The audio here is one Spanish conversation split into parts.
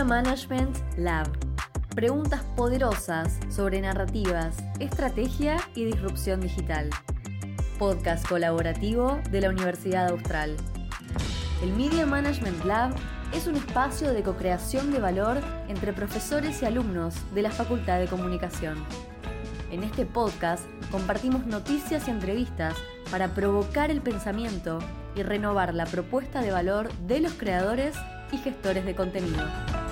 Media Management Lab. Preguntas poderosas sobre narrativas, estrategia y disrupción digital. Podcast colaborativo de la Universidad Austral. El Media Management Lab es un espacio de co-creación de valor entre profesores y alumnos de la Facultad de Comunicación. En este podcast compartimos noticias y entrevistas para provocar el pensamiento y renovar la propuesta de valor de los creadores y gestores de contenido.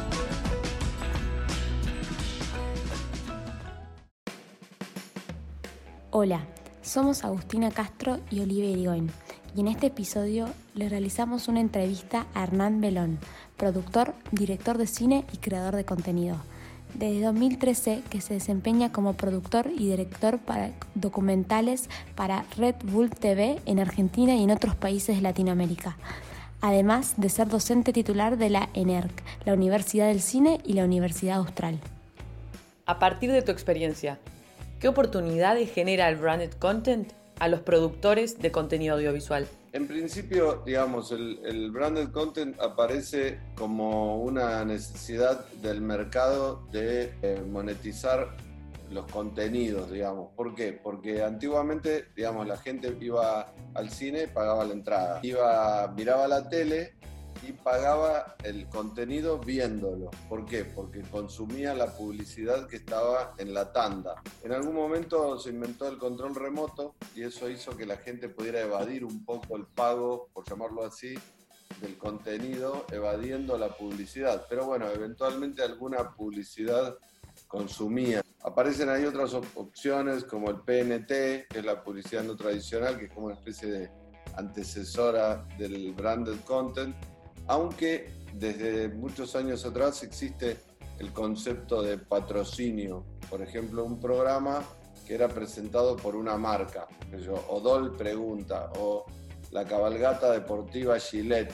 Hola, somos Agustina Castro y Olivia Irigoyen, y en este episodio le realizamos una entrevista a Hernán Belón, productor, director de cine y creador de contenido. Desde 2013 que se desempeña como productor y director para documentales para Red Bull TV en Argentina y en otros países de Latinoamérica, además de ser docente titular de la ENERC, la Universidad del Cine y la Universidad Austral. A partir de tu experiencia, ¿qué oportunidades genera el branded content a los productores de contenido audiovisual? En principio, digamos, el branded content aparece como una necesidad del mercado de monetizar los contenidos, digamos. ¿Por qué? Porque antiguamente, digamos, la gente iba al cine, pagaba la entrada, miraba la tele y pagaba el contenido viéndolo. ¿Por qué? Porque consumía la publicidad que estaba en la tanda. En algún momento se inventó el control remoto y eso hizo que la gente pudiera evadir un poco el pago, por llamarlo así, del contenido, evadiendo la publicidad. Pero bueno, eventualmente alguna publicidad consumía. Aparecen ahí otras opciones como el PNT, que es la publicidad no tradicional, que es como una especie de antecesora del branded content, aunque desde muchos años atrás existe el concepto de patrocinio. Por ejemplo, un programa que era presentado por una marca, Odol Pregunta o la cabalgata deportiva Gillette.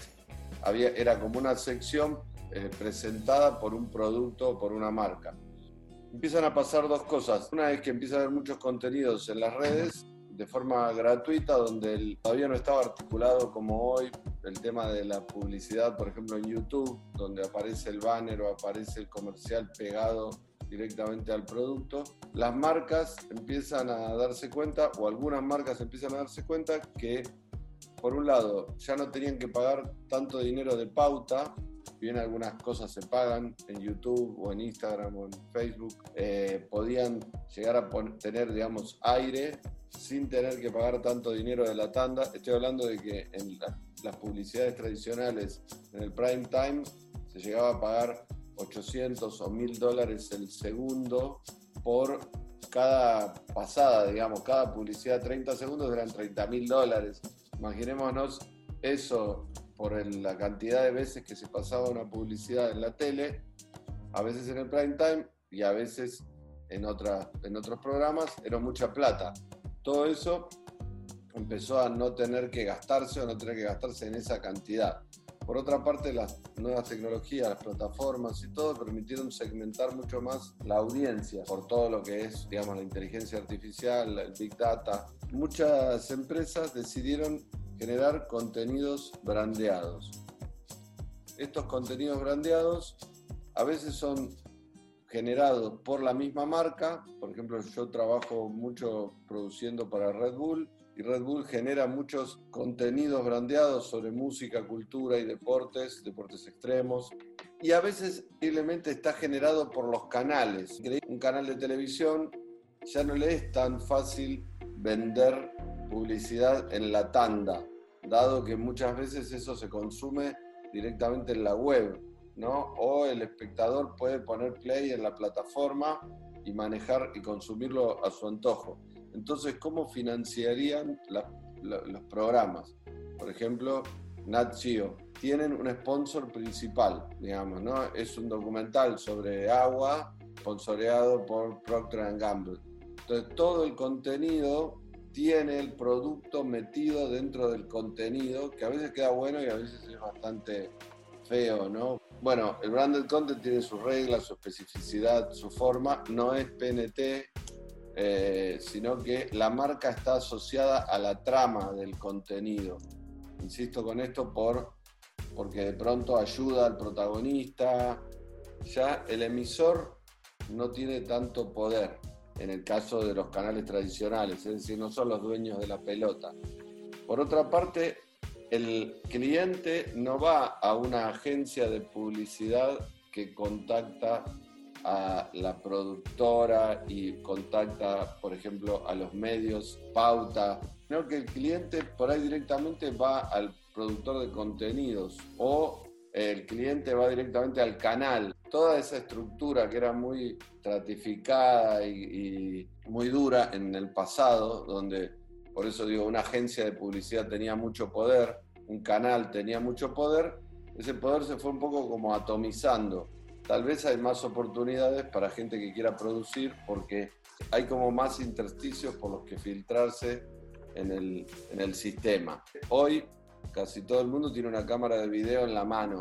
Era como una sección presentada por un producto o por una marca. Empiezan a pasar dos cosas. Una es que empieza a haber muchos contenidos en las redes de forma gratuita, donde todavía no estaba articulado como hoy el tema de la publicidad, por ejemplo en YouTube, donde aparece el banner o aparece el comercial pegado directamente al producto. Las marcas empiezan a darse cuenta, o algunas marcas empiezan a darse cuenta que, por un lado, ya no tenían que pagar tanto dinero de pauta. Bien, algunas cosas se pagan en YouTube o en Instagram o en Facebook, podían llegar a tener, digamos, aire sin tener que pagar tanto dinero de la tanda. Estoy hablando de que en las publicidades tradicionales, en el prime time, se llegaba a pagar $800 o $1.000 el segundo por cada pasada, digamos, cada publicidad, 30 segundos eran $30.000. Imaginémonos eso por la cantidad de veces que se pasaba una publicidad en la tele, a veces en el prime time y a veces en otros programas, era mucha plata. Todo eso empezó a no tener que gastarse o no tener que gastarse en esa cantidad. Por otra parte, las nuevas tecnologías, las plataformas y todo permitieron segmentar mucho más la audiencia por todo lo que es, digamos, la inteligencia artificial, el Big Data. Muchas empresas decidieron generar contenidos brandeados. Estos contenidos brandeados a veces son generados por la misma marca. Por ejemplo, yo trabajo mucho produciendo para Red Bull y Red Bull genera muchos contenidos brandeados sobre música, cultura y deportes extremos. Y a veces posiblemente está generado por los canales. Un canal de televisión ya no le es tan fácil vender publicidad en la tanda, dado que muchas veces eso se consume directamente en la web, ¿no? O el espectador puede poner play en la plataforma y manejar y consumirlo a su antojo. Entonces, ¿cómo financiarían los programas? Por ejemplo, Nat Geo. Tienen un sponsor principal, digamos, ¿no? Es un documental sobre agua, sponsoreado por Procter & Gamble. Entonces, todo el contenido tiene el producto metido dentro del contenido, que a veces queda bueno y a veces es bastante feo, ¿no? Bueno, el branded content tiene sus reglas, su especificidad, su forma, no es PNT, sino que la marca está asociada a la trama del contenido. Insisto con esto porque de pronto ayuda al protagonista, ya el emisor no tiene tanto poder en el caso de los canales tradicionales, es decir, no son los dueños de la pelota. Por otra parte, el cliente no va a una agencia de publicidad que contacta a la productora y contacta, por ejemplo, a los medios, pauta, sino que el cliente por ahí directamente va al productor de contenidos o el cliente va directamente al canal. Toda esa estructura que era muy estratificada y muy dura en el pasado, donde, por eso digo, una agencia de publicidad tenía mucho poder, un canal tenía mucho poder, ese poder se fue un poco como atomizando. Tal vez hay más oportunidades para gente que quiera producir porque hay como más intersticios por los que filtrarse en el sistema. Hoy casi todo el mundo tiene una cámara de video en la mano,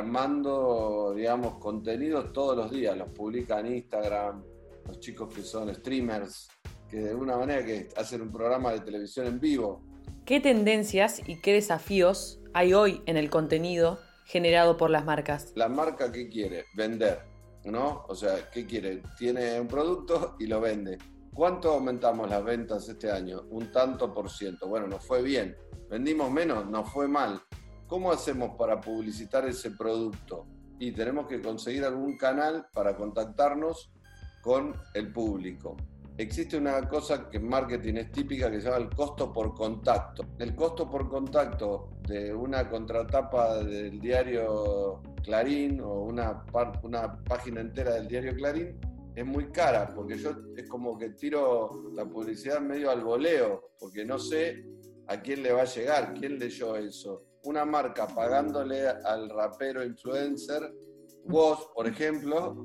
armando, digamos, contenidos todos los días. Los publica en Instagram, los chicos que son streamers, que de alguna manera que hacen un programa de televisión en vivo. ¿Qué tendencias y qué desafíos hay hoy en el contenido generado por las marcas? La marca, ¿qué quiere? Vender, ¿no? O sea, ¿qué quiere? Tiene un producto y lo vende. ¿Cuánto aumentamos las ventas este año? Un tanto por ciento. Bueno, nos fue bien. ¿Vendimos menos? Nos fue mal. ¿Cómo hacemos para publicitar ese producto? Y tenemos que conseguir algún canal para contactarnos con el público. Existe una cosa que en marketing es típica que se llama el costo por contacto. El costo por contacto de una contratapa del diario Clarín o una página entera del diario Clarín es muy cara, porque yo es como que tiro la publicidad medio al voleo, porque no sé a quién le va a llegar, quién leyó eso. Una marca pagándole al rapero influencer, vos, por ejemplo,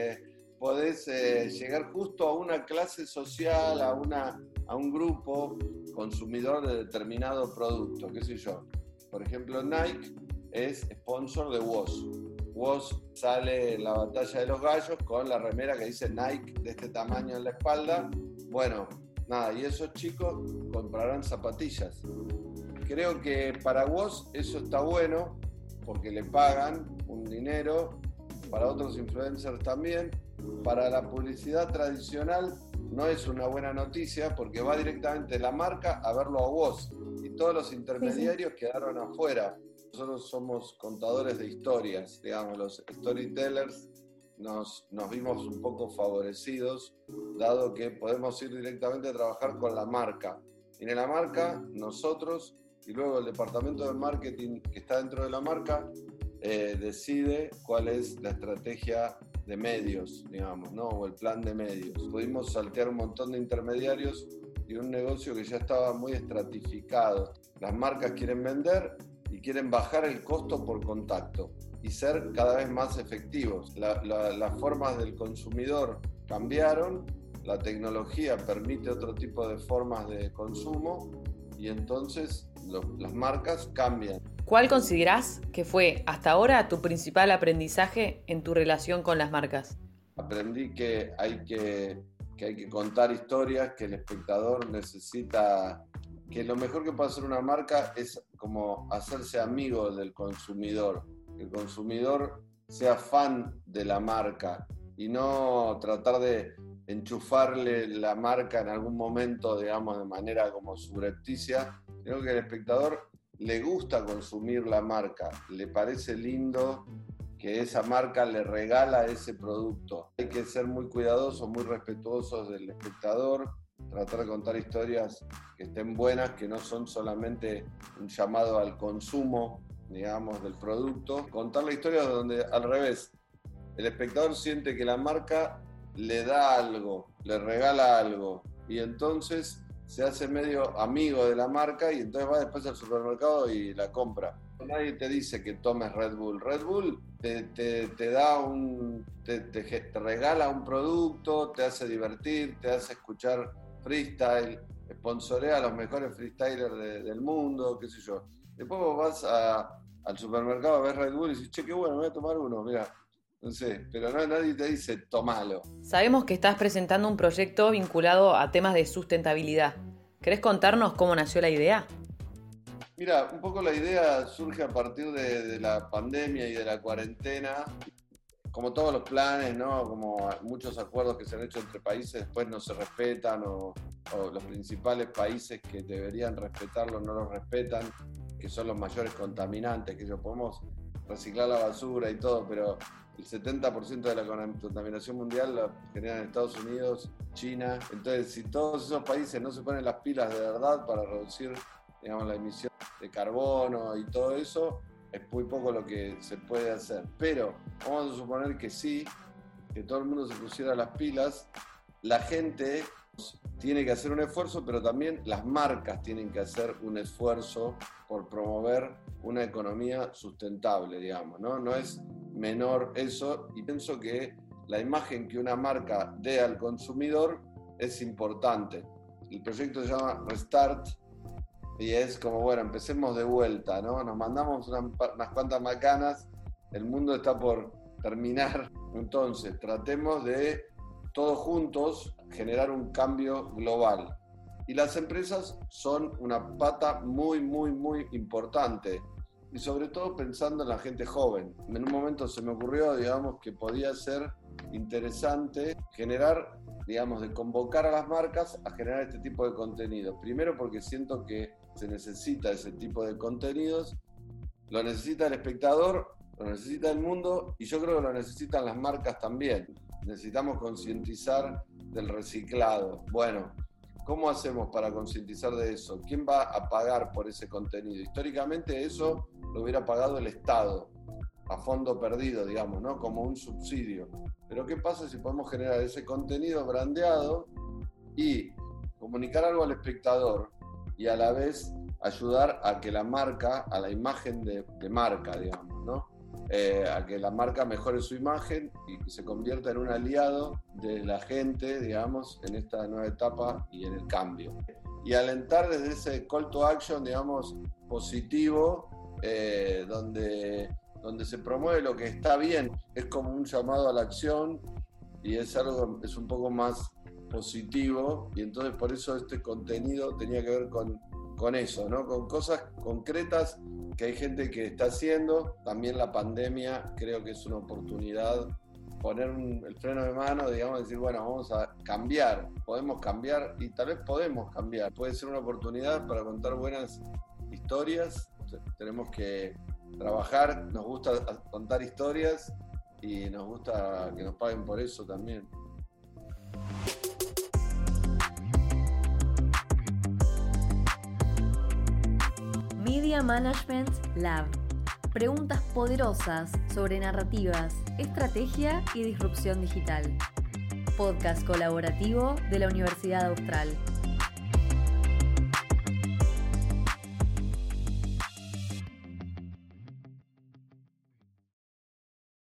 podés llegar justo a una clase social, a un grupo consumidor de determinado producto, qué sé yo. Por ejemplo, Nike es sponsor de Woz. Woz sale en la batalla de los gallos con la remera que dice Nike de este tamaño en la espalda. Bueno, nada, y esos chicos comprarán zapatillas. Creo que para Woz eso está bueno porque le pagan un dinero, para otros influencers también. Para la publicidad tradicional no es una buena noticia porque va directamente la marca a verlo a Woz y todos los intermediarios quedaron afuera. Nosotros somos contadores de historias, digamos, los storytellers nos vimos un poco favorecidos, dado que podemos ir directamente a trabajar con la marca. Y en la marca, nosotros y luego el departamento de marketing que está dentro de la marca decide cuál es la estrategia de medios, digamos, ¿no? O el plan de medios. Pudimos saltear un montón de intermediarios y un negocio que ya estaba muy estratificado. Las marcas quieren vender y quieren bajar el costo por contacto y ser cada vez más efectivos. Las formas del consumidor cambiaron, la tecnología permite otro tipo de formas de consumo y entonces las marcas cambian. ¿Cuál considerás que fue hasta ahora tu principal aprendizaje en tu relación con las marcas? Aprendí que hay que contar historias, que el espectador necesita, que lo mejor que puede hacer una marca es como hacerse amigo del consumidor, que el consumidor sea fan de la marca y no tratar de enchufarle la marca en algún momento, digamos, de manera como subrepticia, sino que el espectador le gusta consumir la marca, le parece lindo que esa marca le regala ese producto. Hay que ser muy cuidadosos, muy respetuosos del espectador, tratar de contar historias que estén buenas, que no son solamente un llamado al consumo, digamos, del producto. Contar la historia donde, al revés, el espectador siente que la marca le da algo, le regala algo, y entonces se hace medio amigo de la marca y entonces va después al supermercado y la compra. Nadie te dice que tomes Red Bull. Red Bull te da te regala un producto, te hace divertir, te hace escuchar freestyle, sponsorea a los mejores freestylers del mundo, qué sé yo. Después vos vas al supermercado a ver Red Bull y dices, che, qué bueno, me voy a tomar uno, mirá. No sé, pero nadie te dice, tomalo. Sabemos que estás presentando un proyecto vinculado a temas de sustentabilidad. ¿Querés contarnos cómo nació la idea? Mira, un poco la idea surge a partir de la pandemia y de la cuarentena. como todos los planes, ¿no? Como muchos acuerdos que se han hecho entre países después no se respetan o los principales países que deberían respetarlo no lo respetan, que son los mayores contaminantes, que podemos reciclar la basura y todo, pero el 70% de la contaminación mundial la generan Estados Unidos, China. Entonces, si todos esos países no se ponen las pilas de verdad para reducir, digamos, la emisión de carbono y todo eso, es muy poco lo que se puede hacer. Pero vamos a suponer que sí, que todo el mundo se pusiera las pilas, la gente tiene que hacer un esfuerzo, pero también las marcas tienen que hacer un esfuerzo por promover una economía sustentable, digamos, ¿no? No es menor eso, y pienso que la imagen que una marca dé al consumidor es importante. El proyecto se llama Restart y es como, bueno, empecemos de vuelta, ¿no? Nos mandamos unas cuantas macanas, el mundo está por terminar, entonces tratemos de todos juntos generar un cambio global. Y las empresas son una pata muy, muy, muy importante. Y sobre todo pensando en la gente joven. En un momento se me ocurrió, digamos, que podía ser interesante generar, digamos, de convocar a las marcas a generar este tipo de contenido. Primero porque siento que se necesita ese tipo de contenidos, lo necesita el espectador, lo necesita el mundo y yo creo que lo necesitan las marcas también. Necesitamos concientizar del reciclado. Bueno, ¿cómo hacemos para concientizar de eso? ¿Quién va a pagar por ese contenido? Históricamente eso lo hubiera pagado el Estado, a fondo perdido, digamos, ¿no? Como un subsidio. Pero ¿qué pasa si podemos generar ese contenido brandeado y comunicar algo al espectador y a la vez ayudar a que la marca, a la imagen de marca, digamos, ¿no? A que la marca mejore su imagen y se convierta en un aliado de la gente, digamos, en esta nueva etapa y en el cambio. Y alentar desde ese call to action, digamos, positivo, donde se promueve lo que está bien, es como un llamado a la acción y es un poco más positivo, y entonces por eso este contenido tenía que ver con eso, ¿no? Con cosas concretas que hay gente que está haciendo. También la pandemia creo que es una oportunidad, poner el freno de mano, digamos, decir, bueno, vamos a cambiar, podemos cambiar y tal vez podemos cambiar. Puede ser una oportunidad para contar buenas historias, tenemos que trabajar, nos gusta contar historias y nos gusta que nos paguen por eso también. Media Management Lab. Preguntas poderosas sobre narrativas, estrategia y disrupción digital. Podcast colaborativo de la Universidad Austral.